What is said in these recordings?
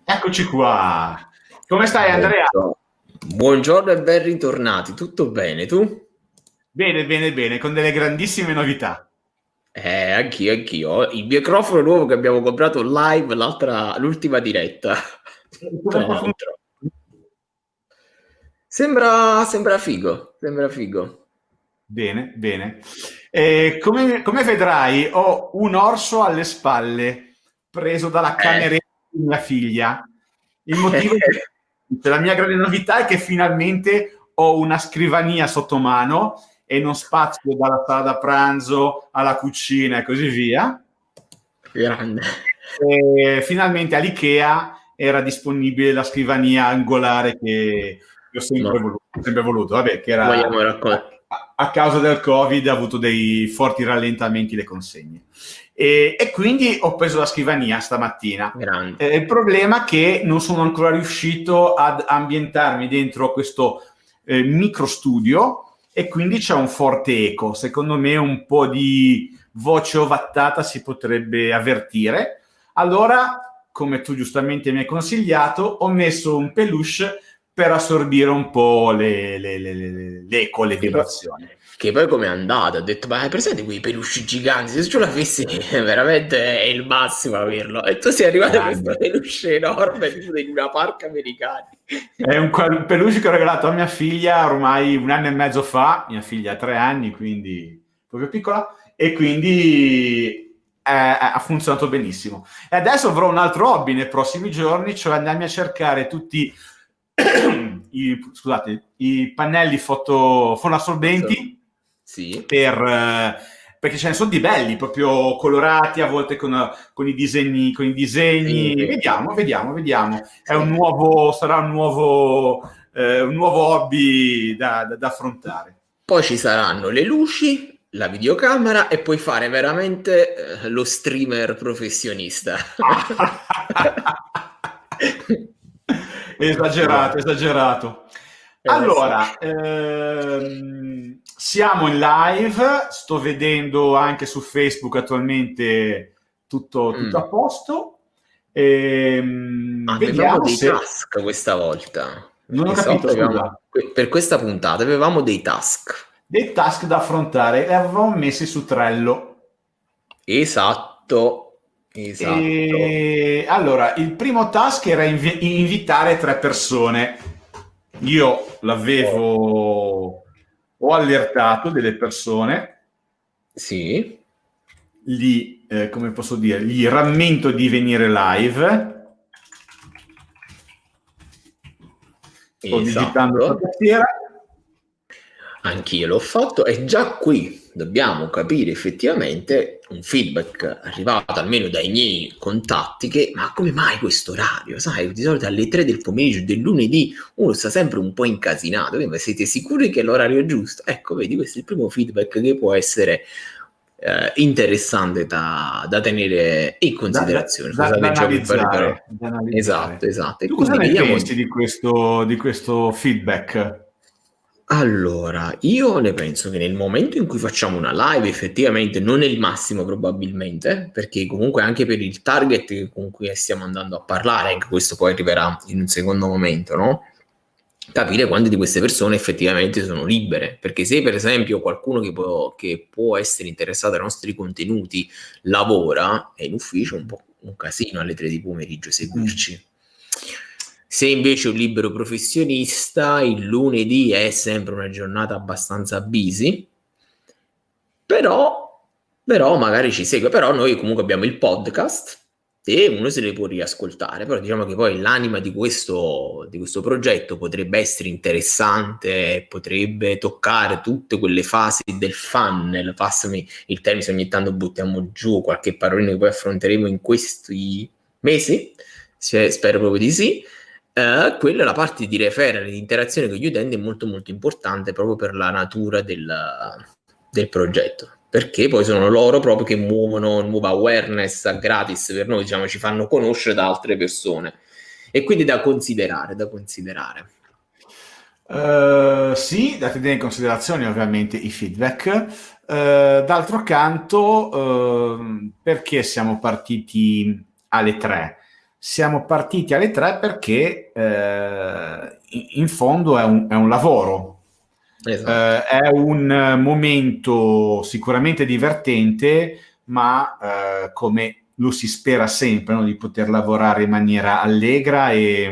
Eccoci qua. Come stai, Andrea? Buongiorno. Buongiorno e ben ritornati. Tutto bene, tu? Bene, bene, bene, con delle grandissime novità. Anch'io. Il microfono nuovo che abbiamo comprato live l'ultima diretta. Come Tra può funzionare? l'altro. Sembra figo, sembra figo. Bene, bene. Come vedrai, ho un orso alle spalle, preso dalla Eh. cameretta di mia figlia. Il motivo la mia grande novità è che finalmente ho una scrivania sotto mano e non spazio dalla sala da pranzo alla cucina e così via. Grande. E finalmente all'IKEA era disponibile la scrivania angolare che ho Ma sempre voluto. Vabbè, che era vogliamo raccontare? a causa del Covid ha avuto dei forti rallentamenti le consegne. E quindi ho preso la scrivania stamattina. Grande. Il problema è che non sono ancora riuscito ad ambientarmi dentro questo micro studio e quindi c'è un forte eco. Secondo me un po' di voce ovattata si potrebbe avvertire. Allora, come tu giustamente mi hai consigliato, ho messo un peluche per assorbire un po' l'eco, le Che poi, vibrazioni. che poi com'è andata? Ho detto, ma hai presente quei peluche giganti? Se ce l'avessi, veramente è il massimo averlo. E tu sei arrivato a questo Grande. peluche enorme, tipo di una parca americana. È un peluche che ho regalato a mia figlia ormai un anno e mezzo fa. Mia figlia ha 3 anni, quindi proprio piccola, e quindi ha funzionato benissimo. E adesso avrò un altro hobby nei prossimi giorni, cioè andarmi a cercare tutti i pannelli fonoassorbenti Sì. perché ce ne sono di belli, proprio colorati, a volte con i Sì, disegni. Vediamo, vediamo, vediamo. sì. Sarà un nuovo hobby da affrontare. Poi ci saranno le luci, la videocamera e puoi fare veramente lo streamer professionista. Esagerato, Esatto. esagerato. Sì. Allora, siamo in live, sto vedendo anche su Facebook attualmente tutto a Mm. posto. Avevamo Vediamo dei se... task questa volta, Non ho perché so che capito, scusa. per questa puntata avevamo dei task. Dei task da affrontare, li avevamo messi su Trello. Esatto, esatto. E allora, il primo task era invitare 3 persone. Io Oh, ho allertato delle persone, sì, come posso dire, gli rammento di venire live. Sto digitando la esatto. tastiera. Anch'io l'ho fatto e già qui dobbiamo capire effettivamente un feedback arrivato almeno dai miei contatti che ma come mai questo orario? Sai, di solito alle 3 del pomeriggio del lunedì uno sta sempre un po' incasinato, ma siete sicuri che è l'orario giusto? Ecco, vedi, questo è il primo feedback che può essere interessante da tenere in considerazione. Scusate già per fare però. Da Esatto, analizzare. esatto. E Tu cosa quindi ne vediamo. pensi di questo feedback? Allora, io ne penso che nel momento in cui facciamo una live, effettivamente non è il massimo probabilmente, perché comunque anche per il target con cui stiamo andando a parlare, anche questo poi arriverà in un secondo momento, no? Capire quante di queste persone effettivamente sono libere, perché se per esempio qualcuno che può essere interessato ai nostri contenuti lavora, è in ufficio, è un po' un casino alle 3 di pomeriggio Mm. seguirci. Se invece è un libero professionista, il lunedì è sempre una giornata abbastanza busy, però, però magari ci segue, però noi comunque abbiamo il podcast e uno se le può riascoltare, però diciamo che poi l'anima di questo progetto potrebbe essere interessante, potrebbe toccare tutte quelle fasi del funnel, passami il termine, se ogni tanto buttiamo giù qualche parolina che poi affronteremo in questi mesi, spero proprio di sì. Quella è la parte di referral, di interazione con gli utenti è molto molto importante proprio per la natura del progetto, perché poi sono loro proprio che muovono nuova awareness gratis per noi, diciamo, ci fanno conoscere da altre persone e quindi da considerare, da considerare. Sì, da tenere in considerazione ovviamente i feedback. D'altro canto, perché siamo partiti alle 3? siamo partiti alle 3 perché in fondo è un lavoro. Esatto. È un momento sicuramente divertente, ma come lo si spera sempre, no? Di poter lavorare in maniera allegra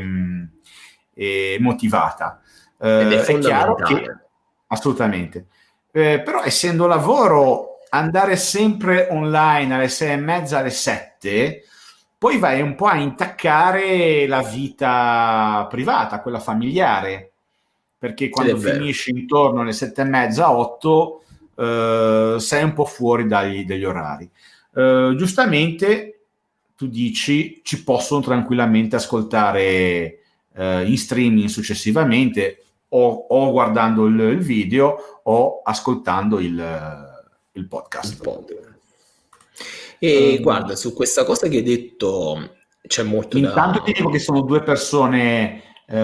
e motivata. Ed è È chiaro che, fondamentale. assolutamente, però essendo lavoro, andare sempre online alle 6:30, alle 7, poi vai un po' a intaccare la vita privata, quella familiare, perché Ed è quando vero. finisci intorno alle 7:30, 8, sei un po' fuori dagli orari. Giustamente tu dici ci possono tranquillamente ascoltare in streaming successivamente o guardando il video o ascoltando il Il podcast. podcast. E Eh, guarda, su questa cosa che hai detto c'è molto Intanto ti da dico che sono 2 persone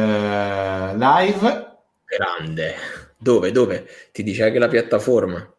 live. grande. Dove? Dove? Ti dice anche la piattaforma?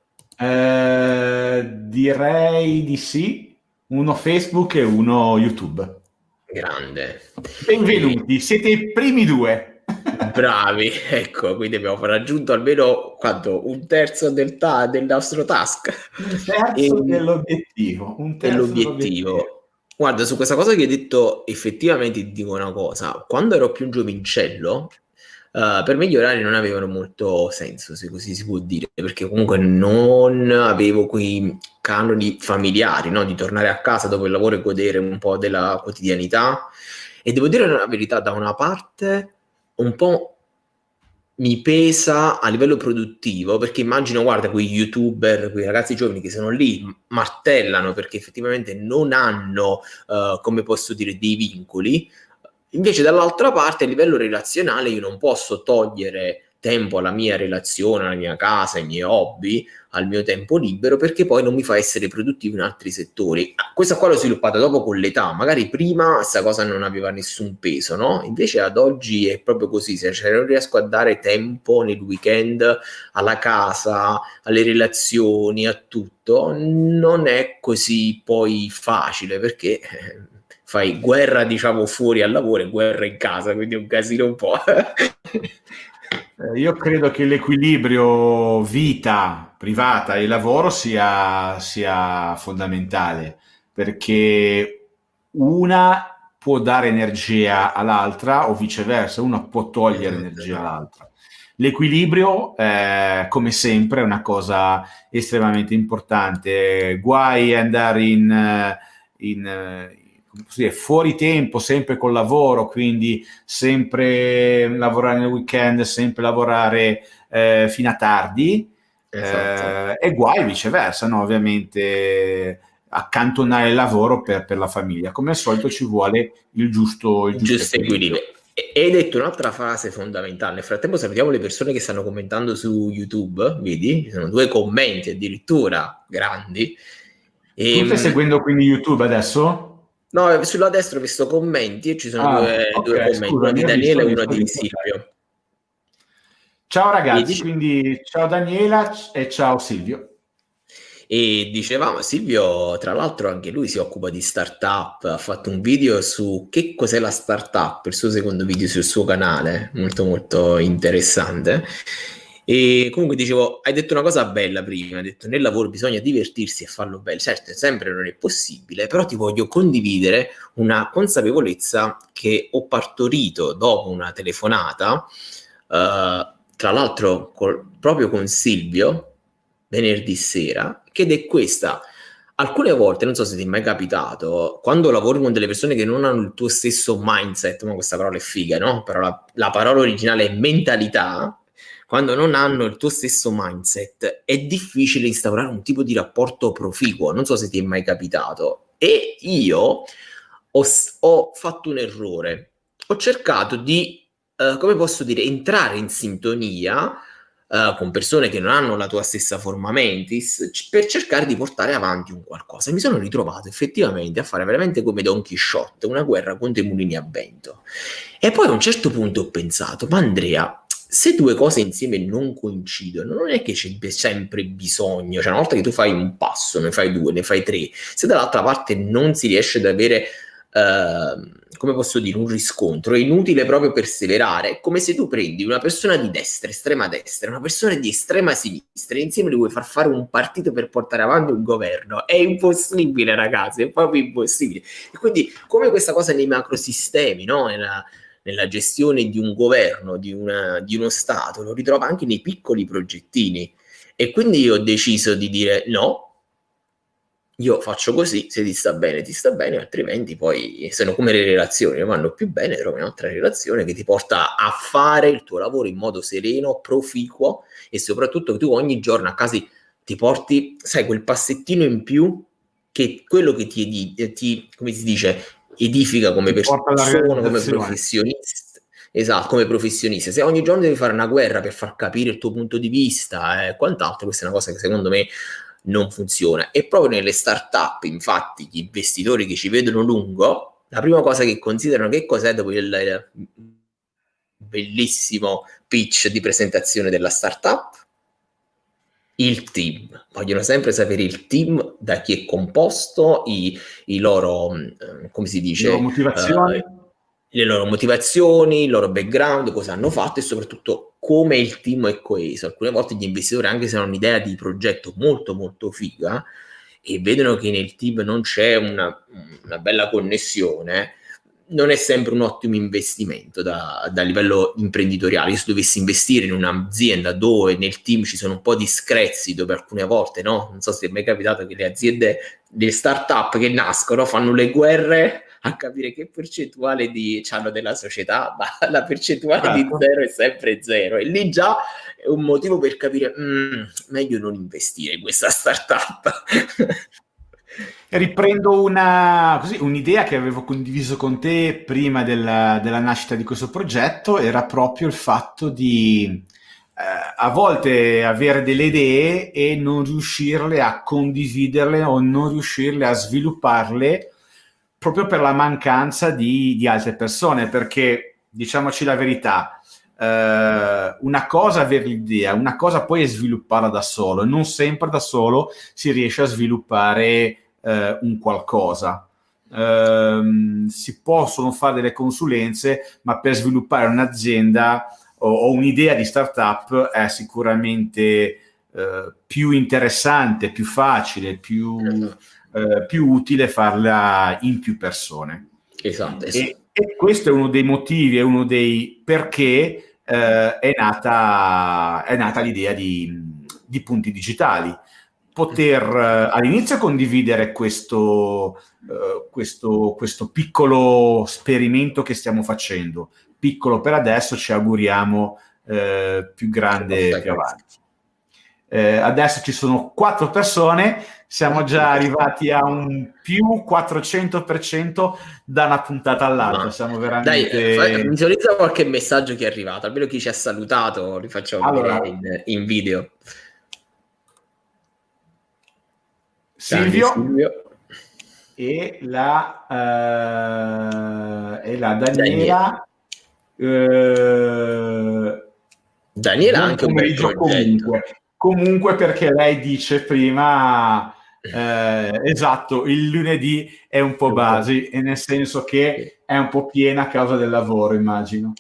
Direi di sì, uno Facebook e uno YouTube. Grande. E Benvenuti, siete i primi due. bravi, ecco, quindi abbiamo raggiunto almeno quanto? Un terzo del nostro task. Un terzo E, dell'obiettivo, un terzo dell'obiettivo. dell'obiettivo. Guarda, su questa cosa che hai detto, effettivamente ti dico una cosa. Quando ero più giovincello, per me gli orari non avevano molto senso, se così si può dire, perché comunque non avevo quei canoni familiari, no? Di tornare a casa dopo il lavoro e godere un po' della quotidianità. E devo dire la verità, da una parte un po' mi pesa a livello produttivo, perché immagino, guarda, quei youtuber, quei ragazzi giovani che sono lì, martellano perché effettivamente non hanno, come posso dire, dei vincoli. Invece dall'altra parte, a livello relazionale, io non posso togliere tempo alla mia relazione, alla mia casa, ai miei hobby, al mio tempo libero, perché poi non mi fa essere produttivo in altri settori. Questa qua l'ho sviluppata dopo con l'età, magari prima questa cosa non aveva nessun peso, no? Invece ad oggi è proprio così, se non riesco a dare tempo nel weekend alla casa, alle relazioni, a tutto, non è così poi facile, perché fai guerra, diciamo, fuori al lavoro e guerra in casa, quindi è un casino un po'. Io credo che l'equilibrio vita privata e lavoro sia fondamentale, perché una può dare energia all'altra o viceversa, una può togliere energia Esatto. all'altra. L'equilibrio, come sempre, è una cosa estremamente importante. Guai a andare come posso dire, fuori tempo, sempre col lavoro, quindi sempre lavorare nel weekend, sempre lavorare fino a tardi, Esatto. e guai viceversa, no? Ovviamente accantonare il lavoro per la famiglia. Come al solito ci vuole il giusto Giusto equilibrio. equilibrio. E hai detto un'altra frase fondamentale. Nel frattempo salutiamo le persone che stanno commentando su YouTube, vedi? Ci sono 2 commenti addirittura grandi. Tu stai E, seguendo quindi YouTube adesso? no, sulla destra ho visto commenti e ci sono Ah, due ok, commenti, uno scusami, di Daniele e ho uno visto, di ok. Silvio. Ciao E ragazzi, dice, quindi ciao Daniela e ciao Silvio. E dicevamo, Silvio, tra l'altro, anche lui si occupa di startup, ha fatto un video su che cos'è la startup, il suo secondo video sul suo canale, molto molto interessante. E comunque dicevo, hai detto una cosa bella prima, hai detto nel lavoro bisogna divertirsi e farlo bene. Certo, sempre non è possibile, però ti voglio condividere una consapevolezza che ho partorito dopo una telefonata, tra l'altro proprio con Silvio, venerdì sera, ed è questa. Alcune volte, non so se ti è mai capitato, quando lavori con delle persone che non hanno il tuo stesso mindset, ma questa parola è figa, no? Però la parola originale è mentalità, quando non hanno il tuo stesso mindset, è difficile instaurare un tipo di rapporto proficuo. Non so se ti è mai capitato. E io ho fatto un errore. Ho cercato di, come posso dire, entrare in sintonia con persone che non hanno la tua stessa forma mentis per cercare di portare avanti un qualcosa. E mi sono ritrovato effettivamente a fare veramente come Don Chisciotte, una guerra contro i mulini a vento. E poi a un certo punto ho pensato, ma Andrea, se 2 cose insieme non coincidono, non è che c'è sempre bisogno, cioè una volta che tu fai un passo, ne fai 2, ne fai 3, se dall'altra parte non si riesce ad avere come posso dire, un riscontro, è inutile proprio perseverare. È come se tu prendi una persona di destra, estrema destra, una persona di estrema sinistra e insieme li vuoi far fare un partito per portare avanti un governo. È impossibile, ragazzi, è proprio impossibile. E quindi come questa cosa nei macrosistemi, no? Nella gestione di un governo, di uno Stato, lo ritrova anche nei piccoli progettini. E quindi io ho deciso di dire no, io faccio così, se ti sta bene, altrimenti poi sono come le relazioni, non vanno più bene, trovi un'altra relazione che ti porta a fare il tuo lavoro in modo sereno, proficuo, e soprattutto che tu ogni giorno a casa ti porti, sai, quel passettino in più, che quello che ti come si dice, edifica come persona, come professionista. Esatto, come professionista. Se ogni giorno devi fare una guerra per far capire il tuo punto di vista e quant'altro, questa è una cosa che secondo me non funziona. E proprio nelle start-up, infatti, gli investitori che ci vedono lungo, la prima cosa che considerano, che cos'è dopo il bellissimo pitch di presentazione della startup? Il team. Vogliono sempre sapere il team, da chi è composto, i loro, come si dice, le loro motivazioni, il loro background, cosa hanno fatto e soprattutto come il team è coeso. Alcune volte gli investitori, anche se hanno un'idea di progetto molto molto figa e vedono che nel team non c'è una bella connessione, non è sempre un ottimo investimento da livello imprenditoriale. Io se dovessi investire in un'azienda dove nel team ci sono un po' di screzi, dove alcune volte, no, non so se è mai capitato che le aziende, le start-up che nascono fanno le guerre a capire che percentuale hanno della società, ma la percentuale di zero è sempre zero, e lì già è un motivo per capire meglio non investire in questa startup. Riprendo un'idea che avevo condiviso con te prima della nascita di questo progetto, era proprio il fatto di a volte avere delle idee e non riuscirle a condividerle o non riuscirle a svilupparle proprio per la mancanza di altre persone, perché diciamoci la verità, una cosa è avere l'idea, una cosa poi è svilupparla da solo, e non sempre da solo si riesce a sviluppare un qualcosa. Si possono fare delle consulenze, ma per sviluppare un'azienda o un'idea di startup è sicuramente più interessante, più facile, più utile farla in più persone. Esatto. E questo è uno dei motivi, è uno dei perché è nata l'idea di Punti Digitali. Poter all'inizio condividere questo piccolo esperimento che stiamo facendo, piccolo per adesso, ci auguriamo più grande più avanti. Adesso ci sono 4 persone, siamo già arrivati a un più 400% da una puntata all'altra. Siamo veramente... Dai, visualizza qualche messaggio che è arrivato, almeno chi ci ha salutato li facciamo vedere in video. Silvio e la Daniela. Daniela anche un bel progetto. Comunque, perché lei dice prima esatto, il lunedì è un po' basi, e nel senso che è un po' piena a causa del lavoro, immagino.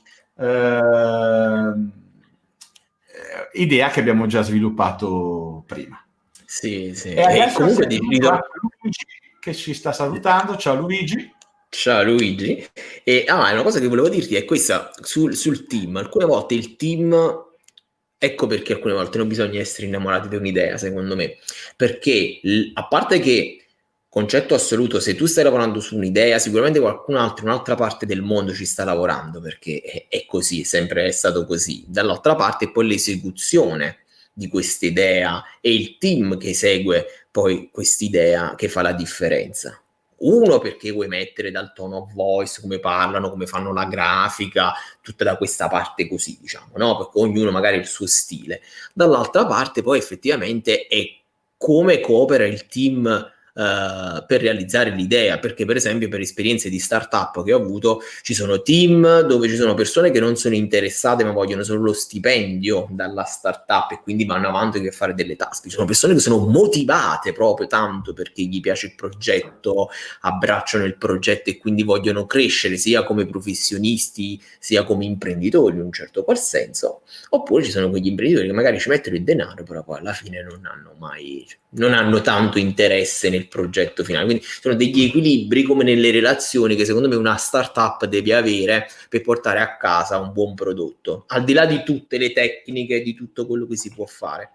Idea che abbiamo già sviluppato prima. Sì. E adesso comunque Luigi che ci sta salutando. Ciao Luigi. Ciao Luigi. E una cosa che volevo dirti è questa sul team. Alcune volte il team, ecco perché alcune volte non bisogna essere innamorati di un'idea, secondo me, perché a parte che concetto assoluto, se tu stai lavorando su un'idea, sicuramente qualcun altro in un'altra parte del mondo ci sta lavorando, perché è così, sempre è stato così. Dall'altra parte poi l'esecuzione di quest'idea e il team che segue poi quest'idea che fa la differenza. Uno, perché vuoi mettere dal tone of voice, come parlano, come fanno la grafica, tutta da questa parte così, diciamo, no? Perché ognuno magari ha il suo stile. Dall'altra parte poi effettivamente è come coopera il team per realizzare l'idea, perché per esempio per esperienze di startup che ho avuto ci sono team dove ci sono persone che non sono interessate ma vogliono solo lo stipendio dalla startup e quindi vanno avanti a fare delle task, ci sono persone che sono motivate proprio tanto perché gli piace il progetto, abbracciano il progetto e quindi vogliono crescere sia come professionisti sia come imprenditori in un certo qual senso, oppure ci sono quegli imprenditori che magari ci mettono il denaro però poi alla fine non hanno tanto interesse nel progetto finale, quindi sono degli equilibri come nelle relazioni che secondo me una startup deve avere per portare a casa un buon prodotto, al di là di tutte le tecniche, di tutto quello che si può fare.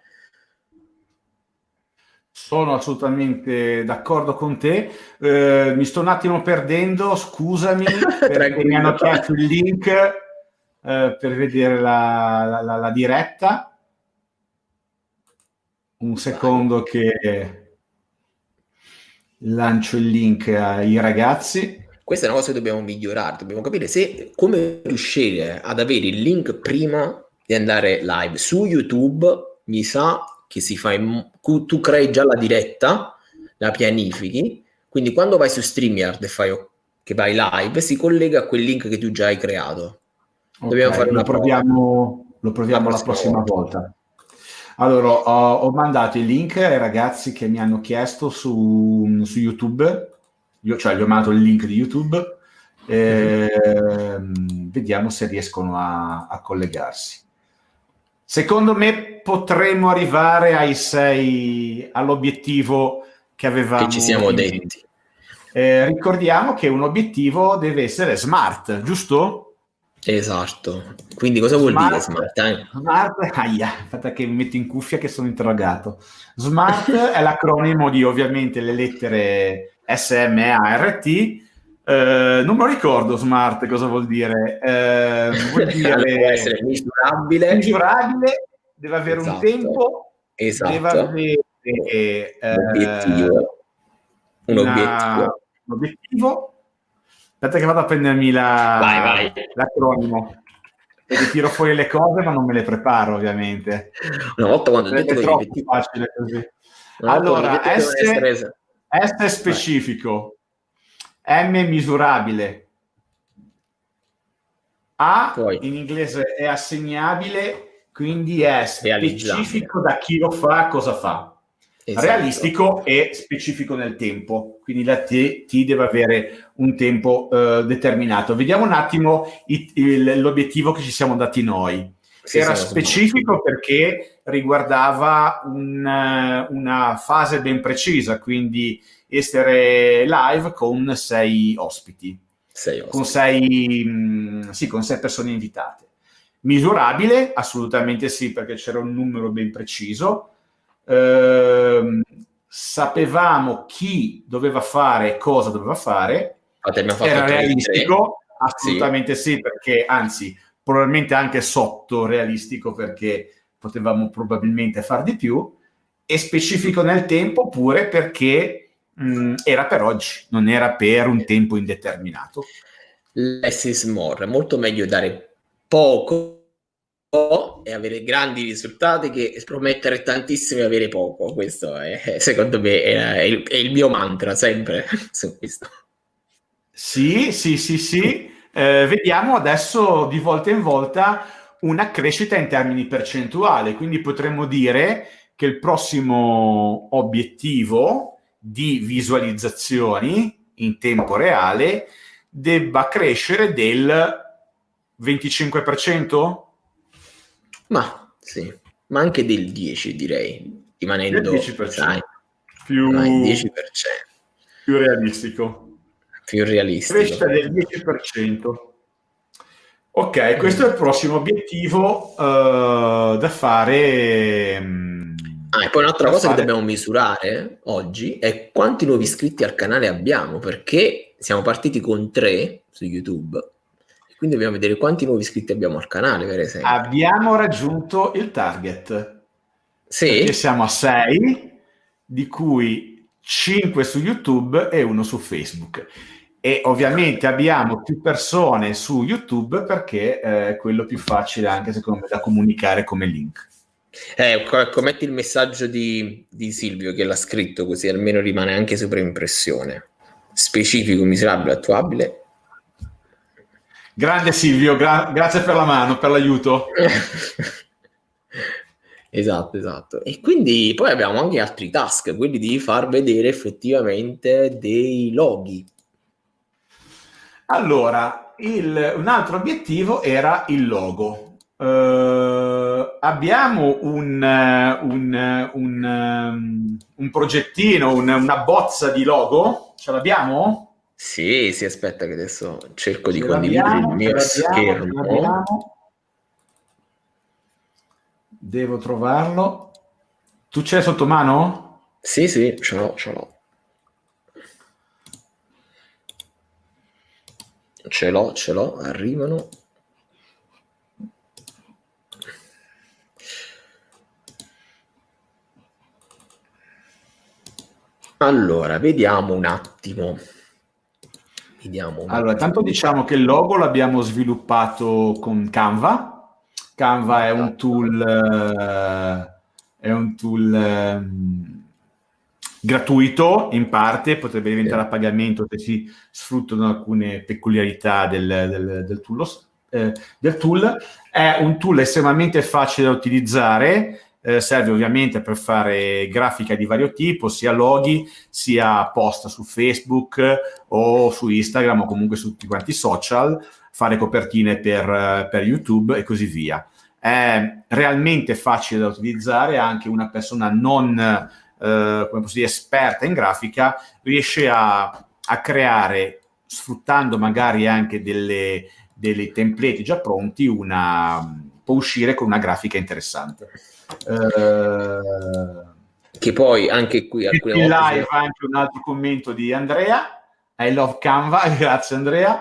Sono assolutamente d'accordo con te. Mi sto un attimo perdendo, scusami, perché mi hanno chiesto il link per vedere la diretta. Un secondo che lancio il link ai ragazzi. Questa è una cosa che dobbiamo migliorare, dobbiamo capire come riuscire ad avere il link prima di andare live. Su YouTube mi sa che si fa tu crei già la diretta, la pianifichi, quindi quando vai su StreamYard e che vai live si collega a quel link che tu già hai creato. Dobbiamo fare lo proviamo la prossima volta. Allora, ho mandato il link ai ragazzi che mi hanno chiesto su YouTube, gli ho mandato il link di YouTube, vediamo se riescono a collegarsi. Secondo me potremmo arrivare all'obiettivo che avevamo. Che ci siamo detti. Ricordiamo che un obiettivo deve essere smart, giusto? Esatto, quindi cosa vuol dire smart? Smart, aspetta che mi metto in cuffia che sono interrogato. Smart è l'acronimo di ovviamente le lettere SMART, non me lo ricordo smart cosa vuol dire. Vuol dire deve essere misurabile, deve avere un tempo, deve avere un obiettivo. Aspetta che vado a prendermi l'acronimo e tiro fuori le cose ma non me le preparo ovviamente. Una volta quando ho detto è troppo facile così. Allora S è specifico, M è misurabile, A poi in inglese è assegnabile, quindi è specifico da chi lo fa, cosa fa. Esatto. Realistico e specifico nel tempo, quindi la T deve avere un tempo determinato. Vediamo un attimo l'obiettivo che ci siamo dati noi. Era specifico perché riguardava una fase ben precisa, quindi essere live con 6 ospiti. Con 6 persone invitate. Misurabile? Assolutamente sì, perché c'era un numero ben preciso. Sapevamo chi doveva fare, cosa doveva fare. Era realistico? Assolutamente sì, perché anzi probabilmente anche sotto realistico, perché potevamo probabilmente far di più, e specifico nel tempo pure perché era per oggi, non era per un tempo indeterminato. Less is more, è molto meglio dare poco e avere grandi risultati che promettere tantissimo e avere poco. Questo è, secondo me è il mio mantra sempre su questo. Sì. Vediamo adesso di volta in volta una crescita in termini percentuali, quindi potremmo dire che il prossimo obiettivo di visualizzazioni in tempo reale debba crescere del 25%? Ma sì, ma anche del 10 direi, rimanendo del 10%. Sai, più 10%. Più realistico. Crescita del 10%. Ok, questo è il prossimo obiettivo da fare. E poi un'altra cosa che dobbiamo misurare oggi è quanti nuovi iscritti al canale abbiamo, perché siamo partiti con 3 su YouTube. Quindi dobbiamo vedere quanti nuovi iscritti abbiamo al canale, per esempio. Abbiamo raggiunto il target. Sì. Perché siamo a 6, di cui 5 su YouTube e 1 su Facebook. E ovviamente abbiamo più persone su YouTube perché è quello più facile anche secondo me da comunicare come link. Metti il messaggio di Silvio che l'ha scritto, così almeno rimane anche sovraimpressione. Specifico, miserabile, attuabile. Grande Silvio, grazie per la mano, per l'aiuto. Esatto. E quindi poi abbiamo anche altri task, quelli di far vedere effettivamente dei loghi. Allora, un altro obiettivo era il logo. Abbiamo un progettino, una bozza di logo? Ce l'abbiamo? Sì, aspetta che adesso cerco di condividere il mio schermo. Devo trovarlo. Tu ce l'hai sotto mano? Sì, ce l'ho. Ce l'ho, arrivano. Allora, vediamo un attimo. Allora, tanto diciamo che il logo l'abbiamo sviluppato con Canva. Canva è un tool gratuito in parte, potrebbe diventare a pagamento se si sfruttano alcune peculiarità del tool. È un tool estremamente facile da utilizzare. Serve ovviamente per fare grafica di vario tipo, sia loghi, sia post su Facebook o su Instagram o comunque su tutti quanti i social, fare copertine per YouTube e così via. È realmente facile da utilizzare, anche una persona non come posso dire, esperta in grafica riesce a creare, sfruttando magari anche dei template già pronti, può uscire con una grafica interessante. Che poi anche qui alcune volte live anche un altro commento di Andrea, I love Canva, grazie Andrea.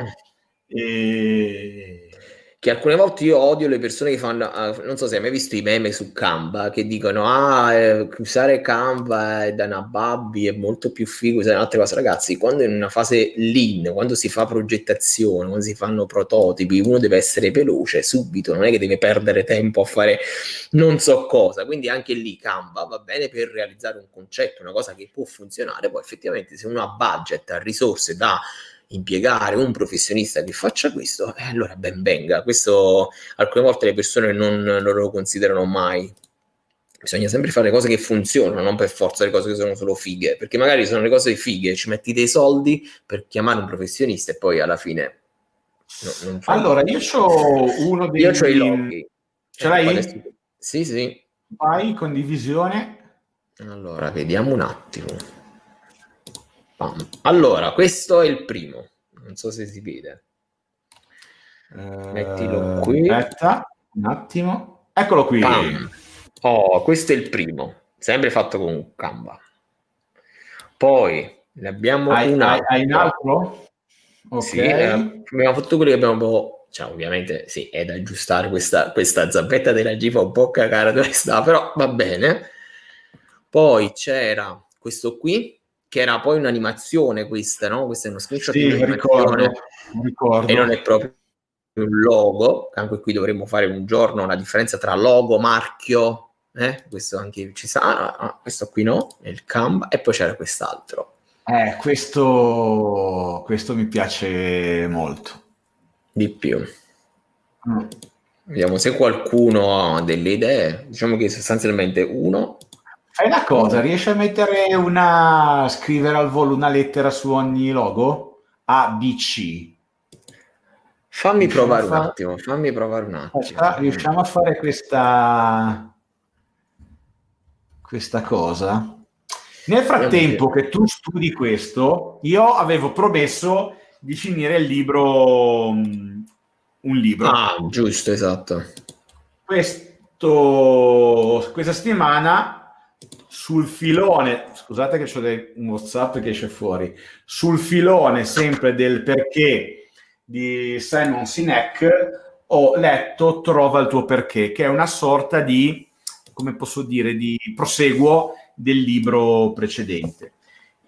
Che alcune volte io odio le persone che fanno, non so se hai mai visto i meme su Canva che dicono usare Canva è da una babbi, è molto più figo usare altre cose. Ragazzi, quando in una fase lean, quando si fa progettazione, quando si fanno prototipi, uno deve essere veloce subito, non è che deve perdere tempo a fare non so cosa. Quindi anche lì Canva va bene per realizzare un concetto, una cosa che può funzionare. Poi effettivamente se uno ha budget, ha risorse da impiegare un professionista che faccia questo, allora ben venga. Questo alcune volte le persone non lo considerano mai. Bisogna sempre fare le cose che funzionano, non per forza le cose che sono solo fighe, perché magari sono le cose fighe, ci metti dei soldi per chiamare un professionista e poi alla fine non allora io c'ho uno dei... Io c'ho i loghi. Ce l'hai? Sì. Vai, condivisione. Allora, vediamo un attimo. Allora, questo è il primo, non so se si vede. Mettilo qui. Aspetta un attimo, eccolo qui. Questo è il primo, sempre fatto con Canva. Poi ne abbiamo un altro. Hai un altro? Ok. Sì, abbiamo fatto quello che abbiamo ovviamente sì, è da aggiustare questa zampetta della G, fa un po' cagare dove sta, però va bene. Poi c'era questo qui, che era poi un'animazione questa, no? Questo è uno screenshot di un'animazione. Ricordo. E non è proprio un logo. Anche qui dovremmo fare un giorno la differenza tra logo, marchio, questo anche ci sa. Questo qui no, è il Canva. E poi c'era quest'altro. Questo mi piace molto. Di più. Vediamo se qualcuno ha delle idee. Diciamo che sostanzialmente uno... Fai una cosa, riesci a mettere scrivere al volo una lettera su ogni logo? A, B, C. Fammi provare un attimo. Riusciamo a fare questa cosa? Nel frattempo che tu studi questo, io avevo promesso di finire un libro. Giusto, esatto. Questa settimana sul filone, scusate che c'ho un WhatsApp che esce fuori, sul filone sempre del perché di Simon Sinek ho letto Trova il tuo perché, che è una sorta di, come posso dire, di proseguo del libro precedente.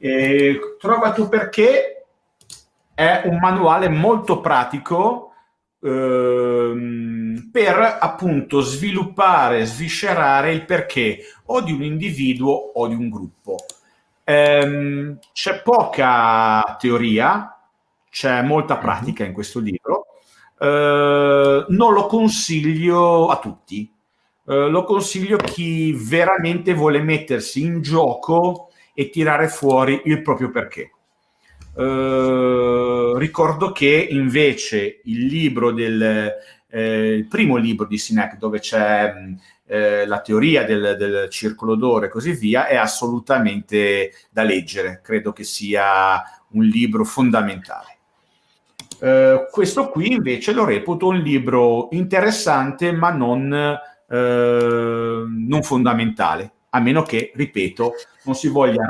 Trova il tuo perché è un manuale molto pratico per appunto sviluppare, sviscerare il perché o di un individuo o di un gruppo. C'è poca teoria, c'è molta pratica in questo libro. Non lo consiglio a tutti, lo consiglio a chi veramente vuole mettersi in gioco e tirare fuori il proprio perché. Ricordo che invece il libro il primo libro di Sinek, dove c'è la teoria del circolo d'oro e così via, è assolutamente da leggere. Credo che sia un libro fondamentale. Questo qui invece lo reputo un libro interessante, ma non fondamentale, a meno che, ripeto, non si voglia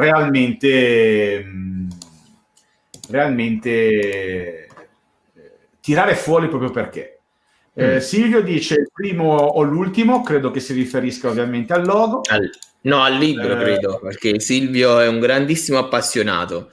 realmente tirare fuori proprio perché. Silvio dice il primo o l'ultimo, credo che si riferisca ovviamente al logo. No, al libro credo, perché Silvio è un grandissimo appassionato.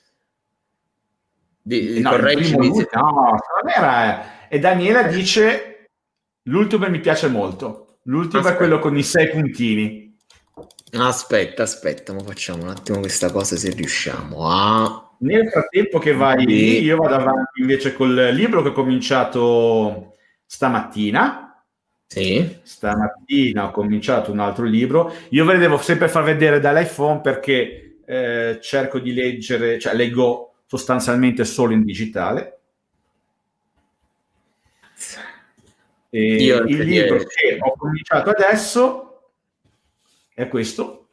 Correggimi. No, e Daniela dice l'ultimo mi piace molto. L'ultimo è quello con i 6 puntini. Aspetta, ma facciamo un attimo questa cosa se riusciamo a... Nel frattempo che vai lì, io vado avanti invece col libro che ho cominciato stamattina. Sì. Stamattina ho cominciato un altro libro. Io ve le devo sempre far vedere dall'iPhone perché cerco di leggere, cioè leggo sostanzialmente solo in digitale. E il libro che ho cominciato adesso è questo.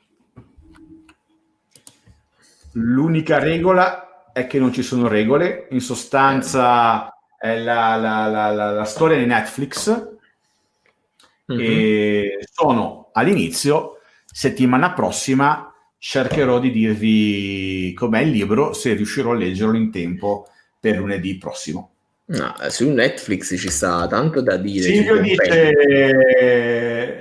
L'unica regola è che non ci sono regole. In sostanza è la storia di Netflix. E sono all'inizio. Settimana prossima cercherò di dirvi com'è il libro, se riuscirò a leggerlo in tempo per lunedì prossimo. No, su Netflix ci sta tanto da dire. Silvio dice...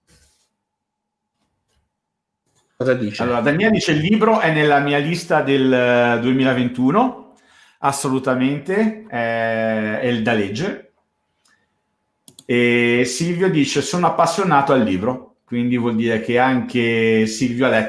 Cosa dice? Allora, Daniele dice il libro è nella mia lista del 2021, assolutamente, è da leggere. E Silvio dice sono appassionato al libro, quindi vuol dire che anche Silvio ha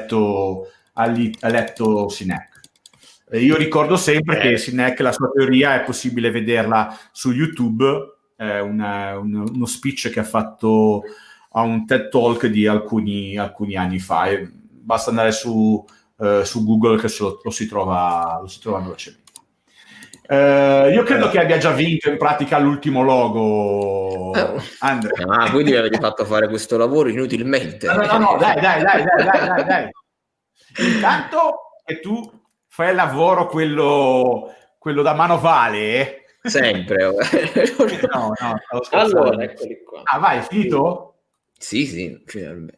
letto Sinek. Io ricordo sempre che Sinek, la sua teoria, è possibile vederla su YouTube, uno speech che ha fatto a un TED Talk di alcuni anni fa. Basta andare su Google che lo si trova velocemente. Io credo che abbia già vinto in pratica l'ultimo logo, Andrea. Quindi mi avete fatto fare questo lavoro inutilmente. No, dai. Intanto che tu fai il lavoro quello da manovale. Sempre. No, allora, eccoli qua. Vai, finito? Sì, finalmente.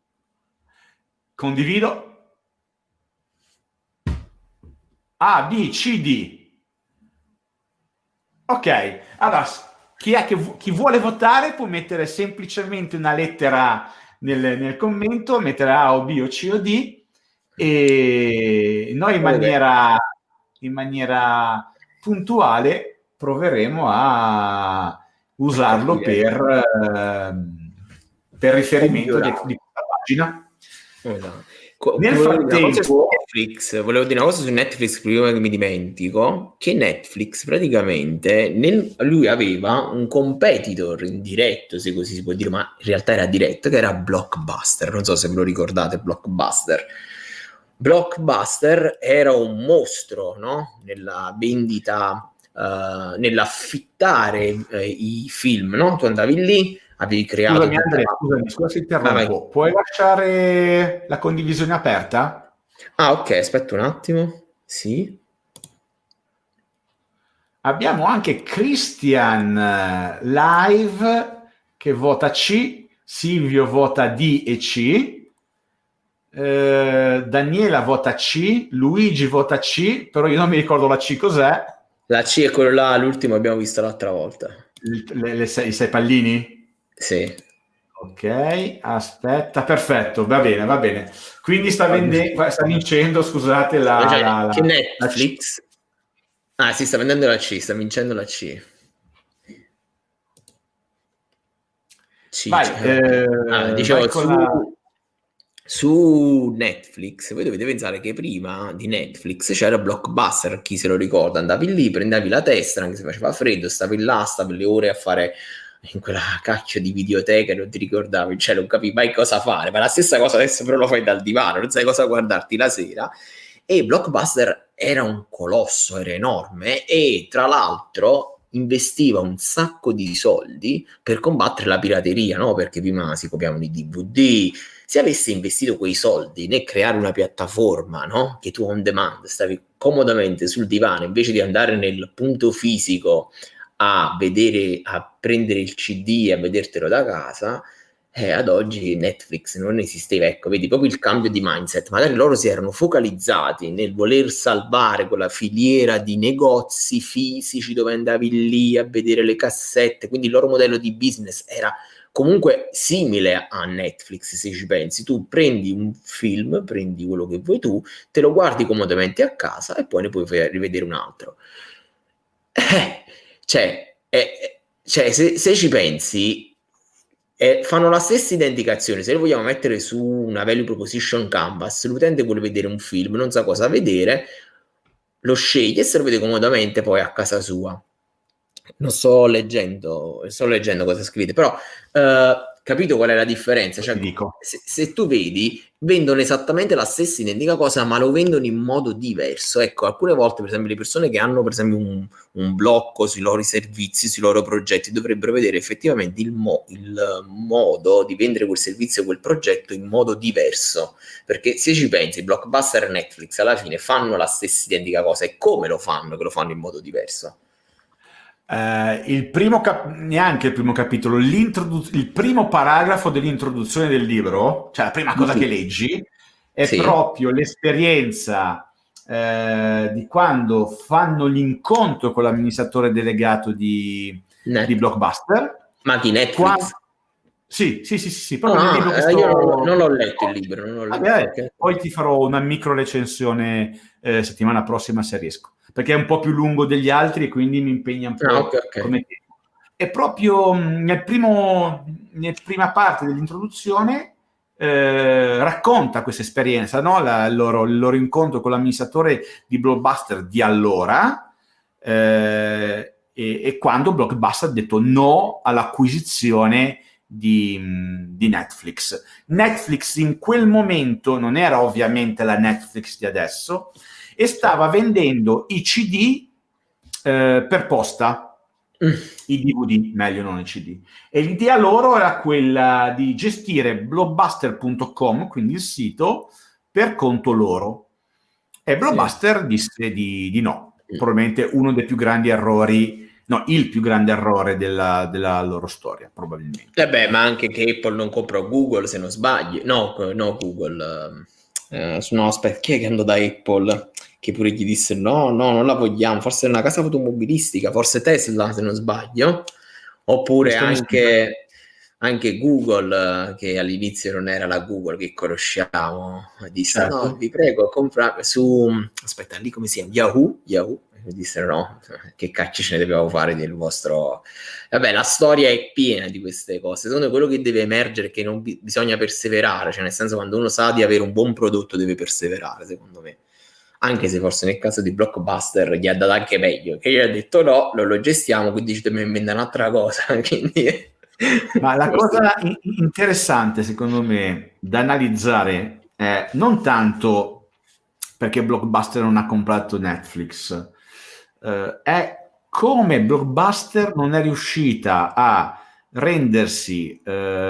Condivido. A, B, C, D. Ok, allora chi vuole votare può mettere semplicemente una lettera nel commento, mettere A o B o C o D, e noi in maniera puntuale proveremo a usarlo per riferimento di questa pagina. Nel frattempo volevo dire una cosa su Netflix prima che mi dimentico, che Netflix praticamente lui aveva un competitor in diretto, se così si può dire, ma in realtà era diretto, che era Blockbuster. Non so se ve lo ricordate. Blockbuster era un mostro, no? Nella vendita, nell'affittare i film, no? Tu andavi lì, avevi creato... Scusami Andrea, scusa se interrompo. Puoi lasciare la condivisione aperta? Ok, aspetta un attimo. Sì. Abbiamo anche Christian live che vota C, Silvio vota D e C, Daniela vota C, Luigi vota C, però io non mi ricordo la C cos'è. La C è quello là, l'ultimo abbiamo visto l'altra volta. I 6 pallini? Sì. Ok, aspetta, perfetto, va bene. Quindi sta vincendo, scusate, che Netflix. Si sta vendendo la C, sta vincendo la C. Sì, Vai, dicevo, vai con la... su Netflix, voi dovete pensare che prima di Netflix c'era Blockbuster, chi se lo ricorda, andavi lì, prendevi la testa, anche se faceva freddo, stavi là, stavi le ore a fare in quella cacchio di videoteca, non ti ricordavi, cioè non capivi mai cosa fare, ma la stessa cosa adesso però lo fai dal divano, non sai cosa guardarti la sera, e Blockbuster era un colosso, era enorme, e tra l'altro investiva un sacco di soldi per combattere la pirateria, no? Perché prima si copiavano i DVD. Se avessi investito quei soldi nel creare una piattaforma, no? Che tu on demand stavi comodamente sul divano invece di andare nel punto fisico a vedere, a prendere il CD e a vedertelo da casa, ad oggi Netflix non esisteva. Ecco, vedi proprio il cambio di mindset. Magari loro si erano focalizzati nel voler salvare quella filiera di negozi fisici dove andavi lì a vedere le cassette, quindi il loro modello di business era comunque simile a Netflix. Se ci pensi, tu prendi un film, prendi quello che vuoi tu, te lo guardi comodamente a casa e poi ne puoi rivedere un altro. Cioè, se ci pensi, fanno la stessa identica azione. Se lo vogliamo mettere su una value proposition canvas, l'utente vuole vedere un film, non sa cosa vedere, lo sceglie e se lo vede comodamente poi a casa sua. Non sto leggendo cosa scrivete, però capito qual è la differenza? Cioè, se tu vedi, vendono esattamente la stessa identica cosa, ma lo vendono in modo diverso. Ecco, alcune volte, per esempio, le persone che hanno, per esempio, un blocco sui loro servizi, sui loro progetti, dovrebbero vedere effettivamente il modo di vendere quel servizio, quel progetto in modo diverso. Perché se ci pensi, Blockbuster e Netflix alla fine fanno la stessa identica cosa. E come lo fanno? Che lo fanno in modo diverso? Neanche il primo capitolo, il primo paragrafo dell'introduzione del libro, cioè la prima cosa che leggi, è proprio l'esperienza di quando fanno l'incontro con l'amministratore delegato di Blockbuster. Ma di Netflix? Sì, proprio nel libro che io non l'ho letto il libro. Non l'ho letto, okay. Poi ti farò una micro recensione settimana prossima se riesco, perché è un po' più lungo degli altri e quindi mi impegna un po' come tempo. E proprio nella prima parte dell'introduzione racconta questa esperienza, no? Il loro incontro con l'amministratore di Blockbuster di allora e quando Blockbuster ha detto no all'acquisizione di Netflix. Netflix in quel momento non era ovviamente la Netflix di adesso e stava vendendo i CD per posta, i DVD, meglio non i CD. E l'idea loro era quella di gestire blockbuster.com, quindi il sito, per conto loro. E Blockbuster disse di no. Probabilmente uno dei più grandi errori, no, il più grande errore della loro storia, probabilmente. Ma anche che Apple non comprò Google, se non sbaglio. No, Google. No, aspetta, chi è che andò da Apple? Che pure gli disse no, non la vogliamo. Forse è una casa automobilistica, forse Tesla, se non sbaglio. Oppure anche Google, che all'inizio non era la Google che conosciamo, disse no, vi prego, comprate su... Aspetta, lì come si chiama? Yahoo? Mi dissero no, che cacchio ce ne dobbiamo fare del vostro... Vabbè, la storia è piena di queste cose. Secondo me quello che deve emergere è che non bisogna perseverare, cioè nel senso quando uno sa di avere un buon prodotto deve perseverare, secondo me. Anche se forse nel caso di Blockbuster gli ha dato anche meglio, che gli ha detto no, non lo gestiamo, quindi ci dobbiamo inventare un'altra cosa. Quindi... Ma la cosa interessante secondo me da analizzare è non tanto perché Blockbuster non ha comprato Netflix, è come Blockbuster non è riuscita a rendersi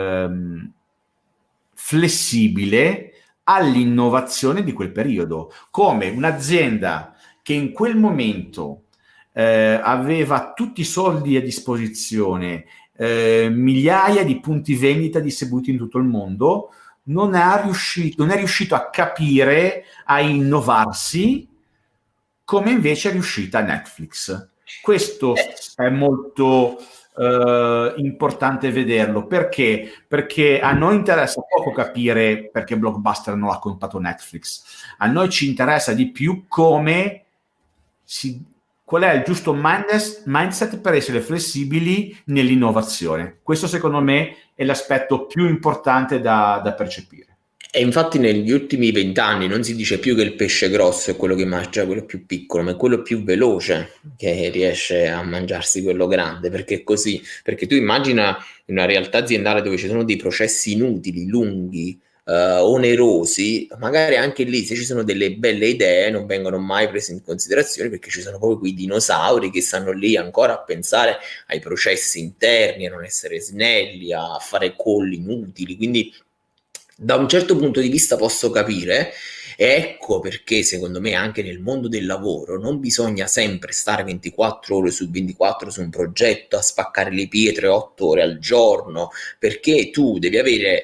flessibile all'innovazione di quel periodo, come un'azienda che in quel momento aveva tutti i soldi a disposizione, migliaia di punti vendita distribuiti in tutto il mondo, non è riuscito a capire, a innovarsi come invece è riuscita Netflix. Questo è molto importante vederlo. Perché a noi interessa poco capire perché Blockbuster non ha comprato Netflix. A noi ci interessa di più come si qual è il giusto mindset per essere flessibili nell'innovazione. Questo secondo me è l'aspetto più importante da percepire. E infatti negli ultimi 20 anni non si dice più che il pesce grosso è quello che mangia quello più piccolo, ma è quello più veloce che riesce a mangiarsi quello grande, perché è così. Perché tu immagina una realtà aziendale dove ci sono dei processi inutili, lunghi, onerosi, magari anche lì se ci sono delle belle idee non vengono mai prese in considerazione, perché ci sono proprio quei dinosauri che stanno lì ancora a pensare ai processi interni, a non essere snelli, a fare call inutili. Quindi da un certo punto di vista posso capire, e ecco perché secondo me anche nel mondo del lavoro non bisogna sempre stare 24 ore su 24 su un progetto a spaccare le pietre 8 ore al giorno, perché tu devi avere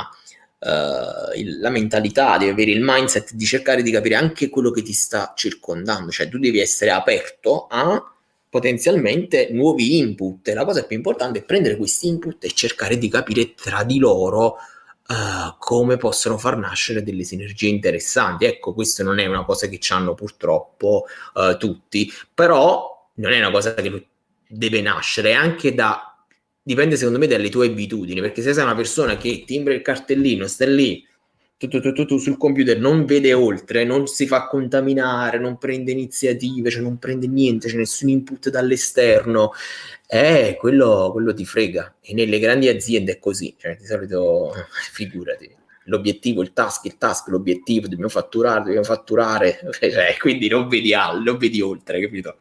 la mentalità, devi avere il mindset di cercare di capire anche quello che ti sta circondando, cioè tu devi essere aperto a potenzialmente nuovi input, e la cosa più importante è prendere questi input e cercare di capire tra di loro come possono far nascere delle sinergie interessanti. Ecco, questo non è una cosa che hanno purtroppo tutti, però non è una cosa che deve nascere, anche dipende secondo me dalle tue abitudini, perché se sei una persona che timbra il cartellino, sta lì tu sul computer, non vede oltre, non si fa contaminare, non prende iniziative, cioè non prende niente, c'è nessun input dall'esterno, quello ti frega. E nelle grandi aziende è così, cioè di solito figurati, l'obiettivo, il task, l'obiettivo, dobbiamo fatturare, cioè, quindi non vedi oltre, capito?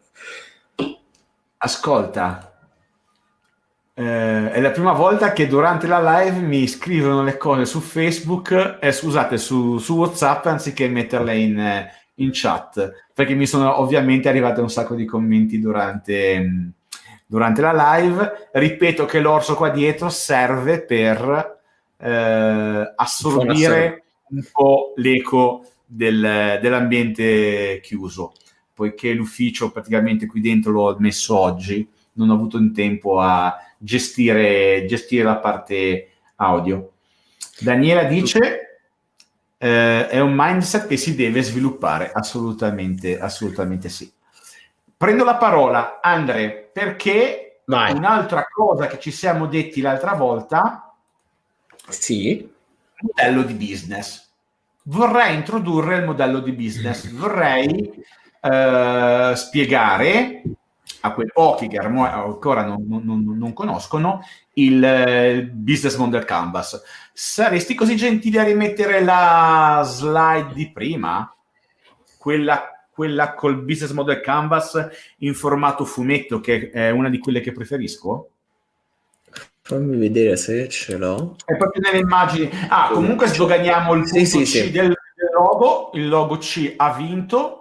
Ascolta, è la prima volta che durante la live mi scrivono le cose su Facebook, scusate, su WhatsApp, anziché metterle in chat, perché mi sono ovviamente arrivate un sacco di commenti durante la live. Ripeto che l'orso qua dietro serve per assorbire un po' l'eco dell'ambiente chiuso, poiché l'ufficio praticamente qui dentro l'ho messo oggi, non ho avuto in tempo a gestire la parte audio. Daniela dice è un mindset che si deve sviluppare, assolutamente sì. Prendo la parola, Andre, perché Vai. Un'altra cosa che ci siamo detti l'altra volta, sì, modello di business. Vorrei introdurre il modello di business, vorrei spiegare a quei pochi che ancora non conoscono il business model canvas. Saresti così gentile a rimettere la slide di prima? Quella col business model canvas in formato fumetto, che è una di quelle che preferisco? fammi vedere se ce l'ho. È proprio nelle immagini. Comunque sdoganiamo il punto C del logo. Il logo C ha vinto.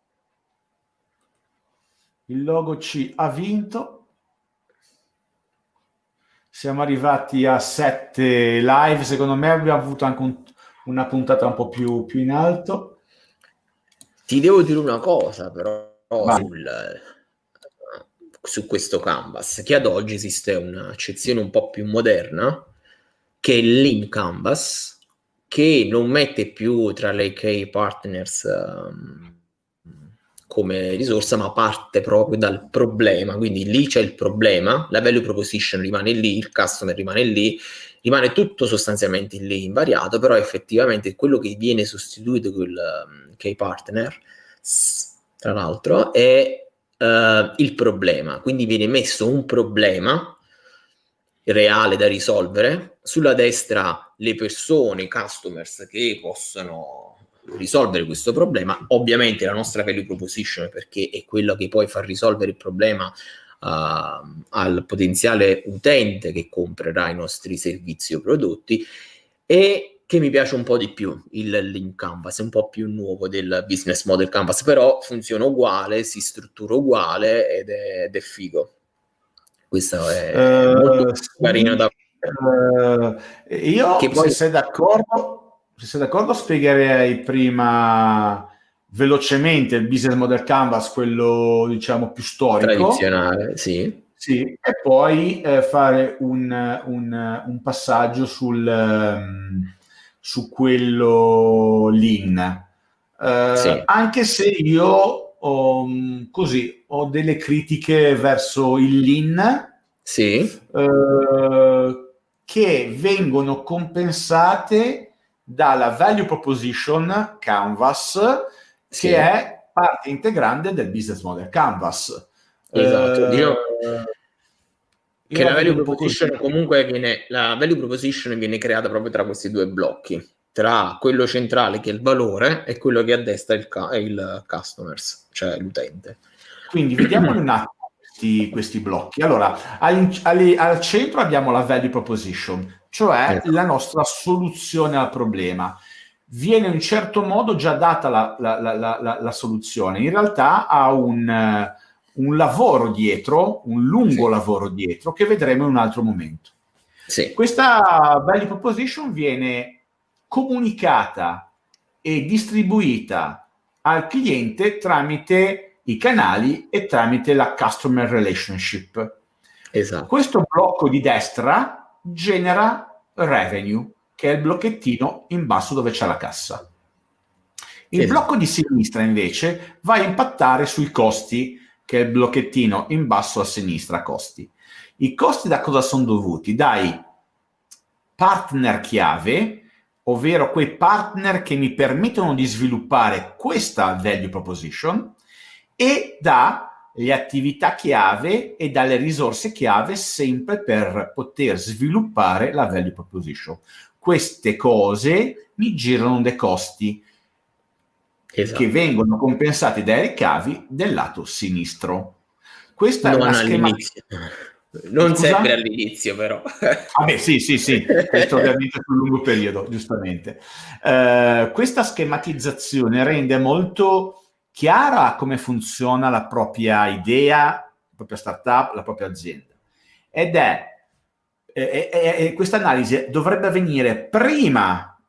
Il logo C ha vinto. Siamo arrivati a 7 live. Secondo me abbiamo avuto anche una puntata un po' più in alto. Ti devo dire una cosa però su questo canvas, che ad oggi esiste un'accezione un po' più moderna, che è il Lean Canvas, che non mette più tra le key partners come risorsa, ma parte proprio dal problema. Quindi lì c'è il problema, la value proposition rimane lì, il customer rimane lì, rimane tutto sostanzialmente lì invariato, però effettivamente quello che viene sostituito con il key partner, tra l'altro, è il problema. Quindi viene messo un problema reale da risolvere, sulla destra le persone, i customers che possono risolvere questo problema, ovviamente la nostra value proposition, perché è quella che poi fa risolvere il problema al potenziale utente che comprerà i nostri servizi o prodotti, e che mi piace un po' di più il Lean Canvas, è un po' più nuovo del Business Model Canvas, però funziona uguale, si struttura uguale ed è figo. Questo è molto carino da io, che poi, se sei d'accordo, spiegherei prima velocemente il Business Model Canvas, quello diciamo più storico. Tradizionale, sì. Sì, e poi fare un passaggio su quello Lean. Sì. Anche se io così ho delle critiche verso il lean, Sì, che vengono compensate dalla value proposition Canvas, sì, che è parte integrante del business model Canvas. esatto. Diciamo Io che la vedo un po' così. la value proposition viene creata proprio tra questi due blocchi, tra quello centrale che è il valore e quello che addesta il customers, cioè l'utente. Quindi vediamoli un attimo questi blocchi. Allora, al centro abbiamo la value proposition, cioè Esatto. la nostra soluzione al problema. Viene in un certo modo già data la soluzione. In realtà ha un lavoro dietro, un lungo Sì, lavoro dietro, che vedremo in un altro momento. sì, Questa value proposition viene comunicata e distribuita al cliente tramite i canali e tramite la customer relationship. esatto. Questo blocco di destra genera revenue, che è il blocchettino in basso dove c'è la cassa. Il Esatto. blocco di sinistra invece va a impattare sui costi, che è il blocchettino in basso a sinistra, costi. I costi da cosa sono dovuti? Dai partner chiave, ovvero quei partner che mi permettono di sviluppare questa value proposition, e dalle attività chiave e dalle risorse chiave sempre per poter sviluppare la value proposition. Queste cose mi girano dei costi che Esatto. vengono compensati dai ricavi del lato sinistro. Questa è una Non schema. all'inizio. Non sempre Scusa? all'inizio, però. Vabbè, sì, sì, sì, questo ovviamente sul lungo periodo, giustamente. Questa schematizzazione rende molto chiara come funziona la propria idea, la propria startup, la propria azienda. Ed questa analisi dovrebbe avvenire prima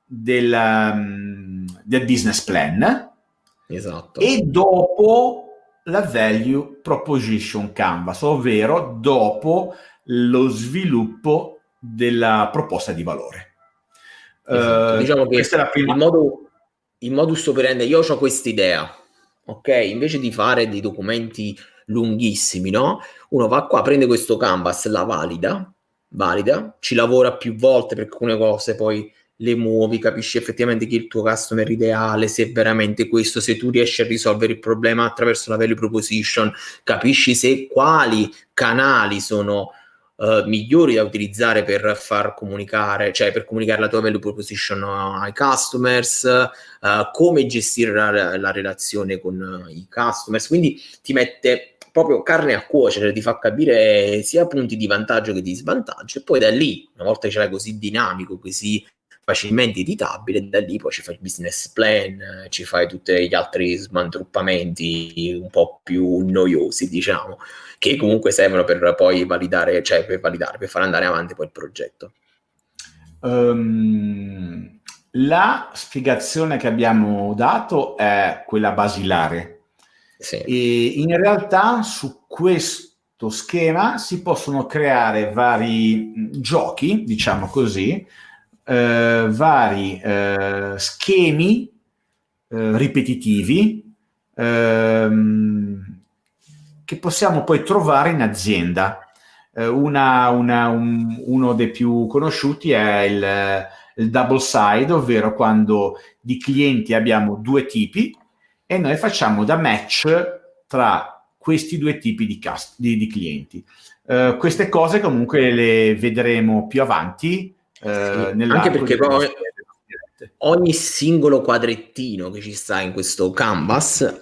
del business plan Esatto. e dopo la value proposition canvas, ovvero dopo lo sviluppo della proposta di valore. Esatto. Diciamo Questa è che la prima. il modus operandi, io ho questa idea, ok? Invece di fare dei documenti lunghissimi, no? Uno va qua, prende questo canvas, la valida, ci lavora più volte per alcune cose, poi le muovi, capisci effettivamente chi è il tuo customer ideale, se è veramente questo, se tu riesci a risolvere il problema attraverso la value proposition, capisci se quali canali sono migliori da utilizzare per far comunicare, cioè per comunicare la tua value proposition ai customers, come gestire la relazione con i customers, quindi ti mette proprio carne a cuocere, ti fa capire sia punti di vantaggio che di svantaggio, e poi da lì, una volta che ce l'hai così dinamico, così facilmente editabile, da lì poi ci fai il business plan, ci fai tutti gli altri smantruppamenti un po' più noiosi, diciamo, che comunque servono per poi validare, cioè per far andare avanti poi il progetto. La spiegazione che abbiamo dato è quella basilare. Sì. E in realtà su questo schema si possono creare vari giochi, diciamo così, vari schemi ripetitivi che possiamo poi trovare in azienda. Uno dei più conosciuti è il double side, ovvero quando di clienti abbiamo due tipi e noi facciamo da match tra questi due tipi di clienti. Queste cose comunque le vedremo più avanti Sì, anche nell'arco perché delle poi nostre dirette. ogni singolo quadrettino che ci sta in questo canvas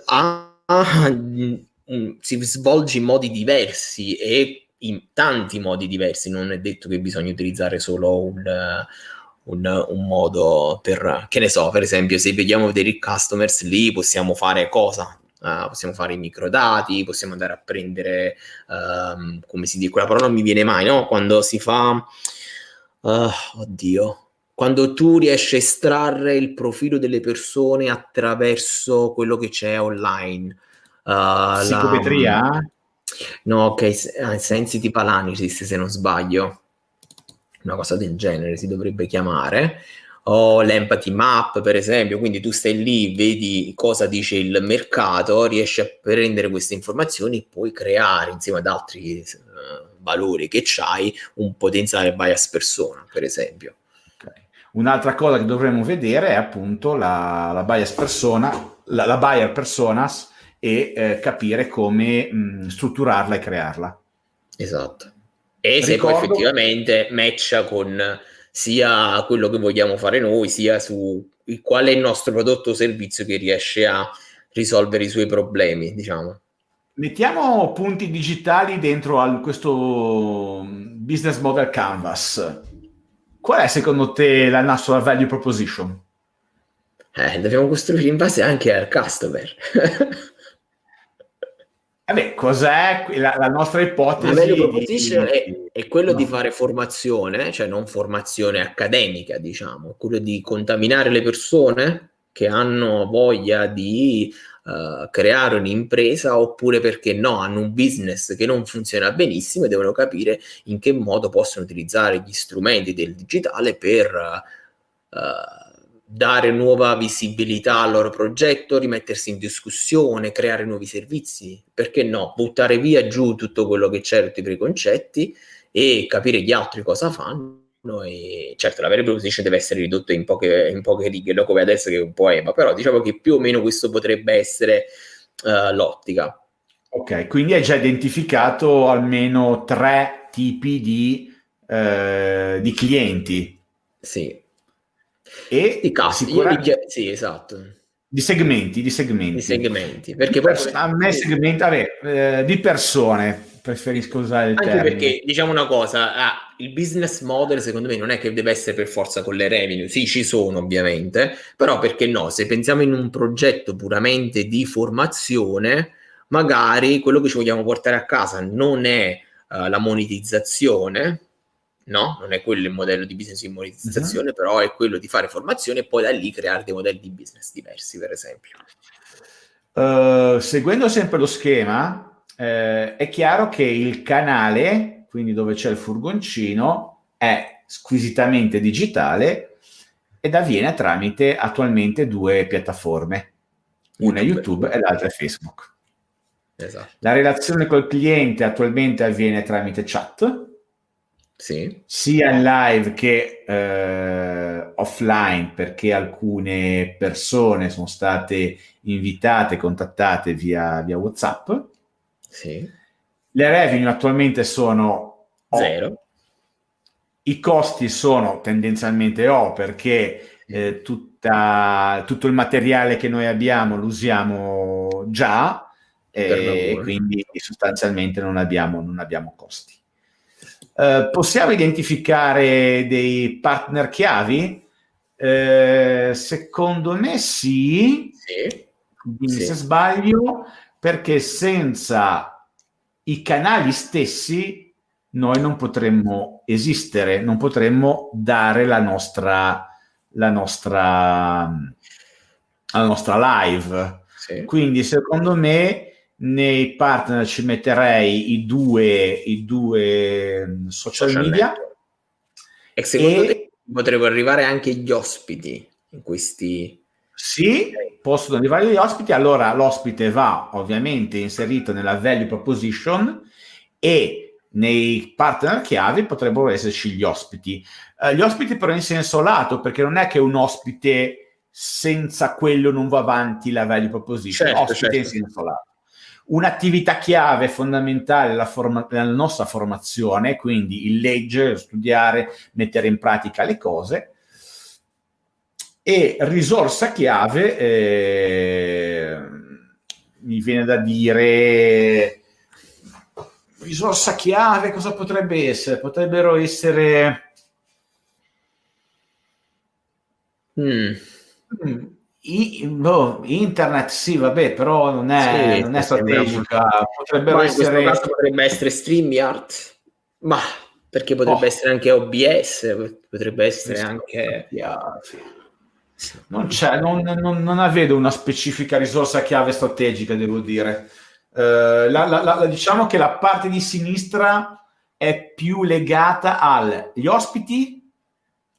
si svolge in modi diversi e in tanti modi diversi. Non è detto che bisogna utilizzare solo un modo per, che ne so, per esempio, se vediamo vedere i customers lì, possiamo fare cosa? Possiamo fare i microdati, possiamo andare a prendere, come si dice, quella parola non mi viene mai, no? Quando si fa, oddio, quando tu riesci a estrarre il profilo delle persone attraverso quello che c'è online. Psicometria? No, ok, sensitive analysis se non sbaglio, una cosa del genere si dovrebbe chiamare. o l'empathy map, per esempio, quindi tu stai lì, vedi cosa dice il mercato, riesci a prendere queste informazioni e puoi creare, insieme ad altri valori che c'hai, un potenziale bias persona, per esempio. Okay. Un'altra cosa che dovremmo vedere è appunto la bias persona, la buyer personas, e capire come strutturarla e crearla. Esatto. E se poi Ricordo, effettivamente matcha con sia quello che vogliamo fare noi, sia su qual è il nostro prodotto o servizio che riesce a risolvere i suoi problemi, diciamo. mettiamo punti digitali dentro a questo business model canvas. Qual è secondo te la nostra value proposition? Dobbiamo costruire in base anche al customer. Vabbè, cos'è la nostra La value ipotesi proposition è quello di no. fare formazione, cioè non formazione accademica, diciamo, quello di contaminare le persone che hanno voglia di creare un'impresa, oppure perché no, hanno un business che non funziona benissimo e devono capire in che modo possono utilizzare gli strumenti del digitale per dare nuova visibilità al loro progetto, rimettersi in discussione, creare nuovi servizi, perché no, buttare via giù tutto quello che c'è, tutti i preconcetti, e capire gli altri cosa fanno. E certo, la value proposition deve essere ridotta in poche righe, no, come adesso che è un poema, però diciamo che più o meno questo potrebbe essere l'ottica. Ok, quindi hai già identificato almeno 3 tipi di clienti Sì. e Di cast, sicuramente sì, esatto. di segmenti. Di segmenti, perché poi A me segmenti, vabbè, di persone, preferisco usare il anche termine. perché, diciamo una cosa, il business model secondo me non è che deve essere per forza con le revenue, sì, ci sono ovviamente, però perché no, se pensiamo in un progetto puramente di formazione, magari quello che ci vogliamo portare a casa non è la monetizzazione, no? Non è quello il modello di business di monetizzazione, però è quello di fare formazione e poi da lì creare dei modelli di business diversi, per esempio. Seguendo sempre lo schema, è chiaro che il canale, quindi dove c'è il furgoncino, è squisitamente digitale ed avviene tramite attualmente 2 piattaforme, una è YouTube e l'altra è Facebook. Esatto. La relazione col cliente attualmente avviene tramite chat, sì, sia in live che offline, perché alcune persone sono state invitate, contattate via WhatsApp. sì. Le revenue attualmente sono O. Zero. I costi sono tendenzialmente O, perché tutto il materiale che noi abbiamo lo usiamo già, e quindi sostanzialmente non abbiamo costi. Possiamo identificare dei partner chiavi? Secondo me sì. Quindi se sbaglio, perché senza i canali stessi noi non potremmo esistere, non potremmo dare la nostra live. Sì. Quindi secondo me nei partner ci metterei i due social media. E secondo te potrebbero arrivare anche gli ospiti in questi? Sì, possono arrivare gli ospiti. Allora l'ospite va ovviamente inserito nella value proposition, e nei partner chiavi potrebbero esserci gli ospiti. Gli ospiti però in senso lato, perché non è che un ospite senza quello non va avanti la value proposition. Ospite in senso lato. Un'attività chiave fondamentale nella nostra formazione, quindi il leggere, studiare, mettere in pratica le cose. E risorsa chiave, mi viene da dire, risorsa chiave cosa potrebbe essere? Potrebbero essere internet, sì, vabbè, però non è strategica. Potrebbero essere, in questo caso potrebbe essere StreamYard, ma perché potrebbe essere anche OBS, potrebbe essere anche... Non la vedo una specifica risorsa chiave strategica, devo dire. Diciamo che la parte di sinistra è più legata agli ospiti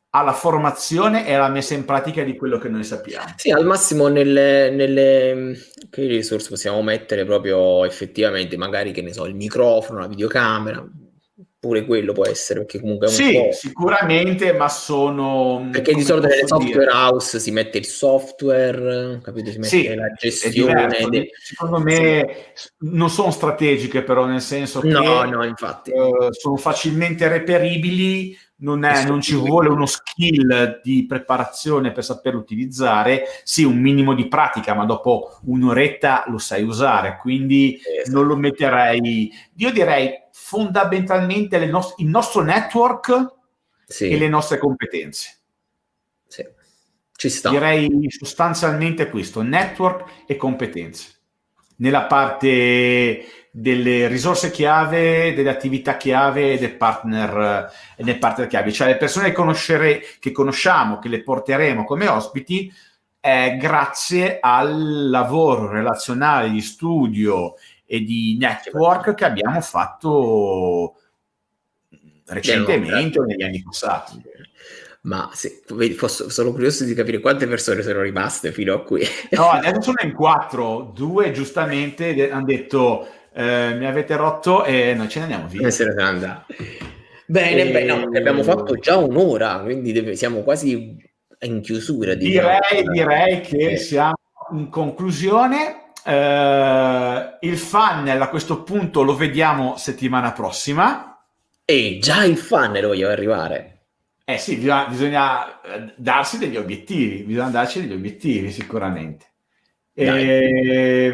alla formazione e alla messa in pratica di quello che noi sappiamo. Sì, al massimo nelle che risorse possiamo mettere proprio effettivamente, magari che ne so, il microfono, la videocamera, pure quello può essere, perché comunque è un Sì, po'... sicuramente, ma sono, Perché di come solito nelle posso dire, software house si mette il software, capito? Si mette sì, la è gestione. diverso. Secondo me non sono strategiche, però, nel senso No, che no, infatti. sono facilmente reperibili, non ci Istruzioni. vuole uno skill di preparazione per saperlo utilizzare, sì, un minimo di pratica, ma dopo un'oretta lo sai usare, quindi non lo metterei. Io direi fondamentalmente il nostro network Sì, e le nostre competenze. sì, ci sta. Direi sostanzialmente questo, network e competenze. Nella parte delle risorse chiave, delle attività chiave e del partner chiave, cioè le persone che conosciamo, che le porteremo come ospiti, grazie al lavoro relazionale di studio e di network che abbiamo fatto recentemente o negli anni passati. Ma sono curioso di capire quante persone sono rimaste fino a qui. No, adesso sono in 4, 2 giustamente hanno detto mi avete rotto e noi ce ne andiamo via. Se ne andare. Bene, no, abbiamo fatto già un'ora, quindi siamo quasi in chiusura. Direi che siamo in conclusione. Il funnel a questo punto lo vediamo settimana prossima. E già il funnel voglio arrivare. Sì, bisogna darsi degli obiettivi, bisogna darci degli obiettivi sicuramente. Che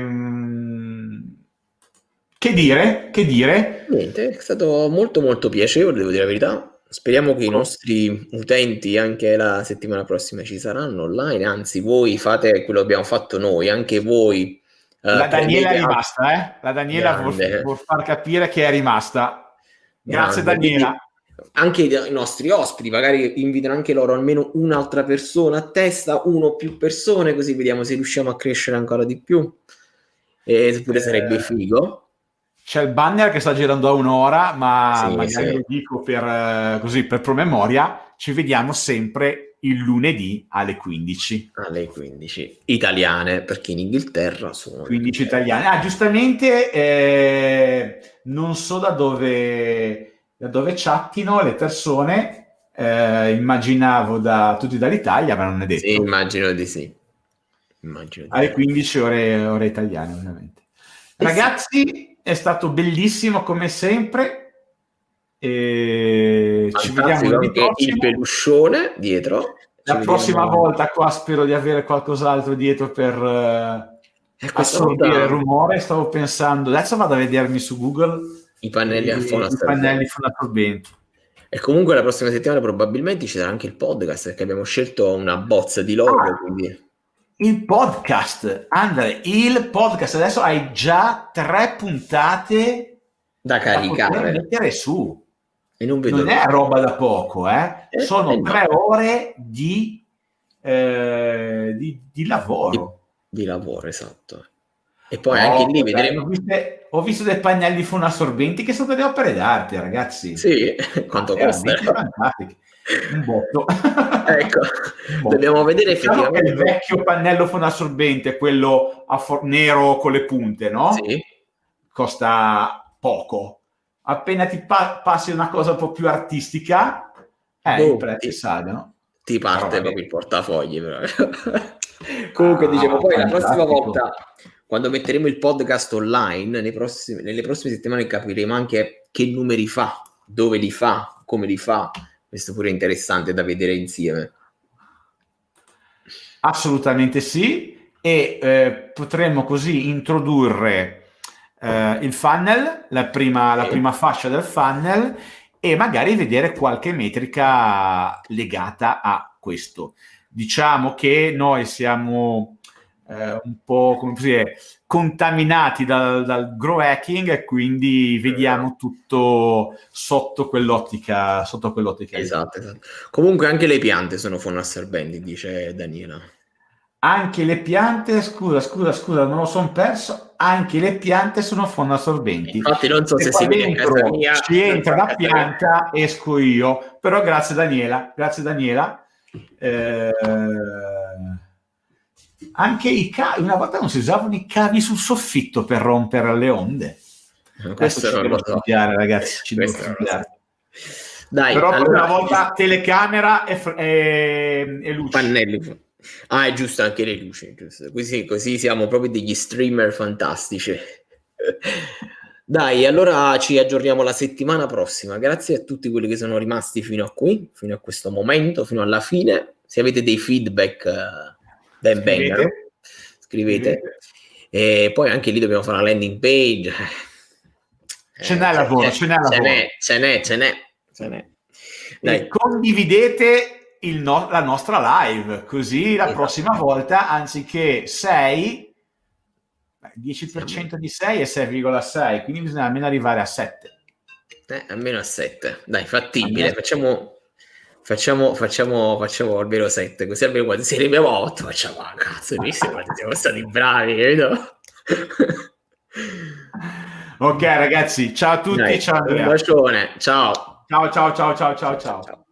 dire? Niente, è stato molto molto piacevole, devo dire la verità. Speriamo che i nostri utenti anche la settimana prossima ci saranno online, anzi voi fate quello che abbiamo fatto noi, anche voi. La Daniela è rimasta, La Daniela vuol far capire che è rimasta. Grazie Daniela. Quindi anche i nostri ospiti magari invitano anche loro almeno un'altra persona a testa, uno o più persone, così vediamo se riusciamo a crescere ancora di più. E pure sarebbe figo. C'è il banner che sta girando a un'ora, ma Sì, magari lo dico per promemoria. Ci vediamo sempre il lunedì alle 15. Alle 15 italiane, perché in Inghilterra sono 15 italiane. Giustamente non so da dove chattino le persone. Immaginavo tutti dall'Italia, ma non è detto. Sì, immagino di sì. Alle 15 ore italiane, ovviamente. Ragazzi, è stato bellissimo come sempre. Ci vediamo anche il peluscione dietro. La prossima volta qua spero di avere qualcos'altro dietro per assorbire il rumore. Stavo pensando, adesso vado a vedermi su Google i pannelli a fonoassorbenti. E comunque la prossima settimana probabilmente ci sarà anche il podcast, perché abbiamo scelto una bozza di logo. Quindi... Il podcast, Andre, adesso hai già 3 puntate da caricare, da mettere su. E non è roba da poco, sono 3 ore di lavoro. Di lavoro, esatto. E poi anche lì vedremo. Ho visto dei pannelli fonoassorbenti che sono delle opere d'arte, ragazzi. Sì, quanto costa? Un botto. Ecco, dobbiamo vedere effettivamente. Il vecchio pannello fonoassorbente, quello nero con le punte, no? Sì. Costa poco. Appena ti passi una cosa un po' più artistica, i prezzi salgono. Ti parte proprio il portafogli. Comunque dicevo, poi la prossima volta, quando metteremo il podcast online, nelle prossime settimane capiremo anche che numeri fa, dove li fa, come li fa. Questo pure è interessante da vedere insieme. Assolutamente sì, e potremmo così introdurre il funnel, la prima fascia del funnel, e magari vedere qualche metrica legata a questo. Diciamo che noi siamo un po', come dire, contaminati dal grow hacking, e quindi vediamo tutto sotto quell'ottica. Esatto. Comunque anche le piante sono fonoassorbenti, dice Daniela. Anche le piante, scusa, non lo sono perso. anche le piante sono fonoassorbenti. Infatti non so se si vede in casa mia. Ci entra la pianta, esco io. Però grazie Daniela. Anche i cavi, una volta non si usavano i cavi sul soffitto per rompere le onde. Questo ci devo studiare, ragazzi, ci devo studiare. Dai, però allora, una volta telecamera e luci. Pannelli. Ah, è giusto, anche le luci, giusto. Così siamo proprio degli streamer fantastici. Dai, allora ci aggiorniamo la settimana prossima. Grazie a tutti quelli che sono rimasti fino a qui, fino a questo momento, fino alla fine. Se avete dei feedback, ben vengano. Scrivete. E poi anche lì dobbiamo fare una landing page. Ce n'è lavoro. Dai. Condividete la nostra live, così la prossima volta anziché 6, 10% di 6 è 6,6, quindi bisogna almeno arrivare a 7. Almeno a 7. Dai, fattibile. Facciamo almeno 7, così almeno quando si arriviamo a 8 facciamo cazzo, siamo stati bravi, vedo? Ok ragazzi, ciao a tutti. Dai, ciao Andrea. Un bacione, ciao. Ciao.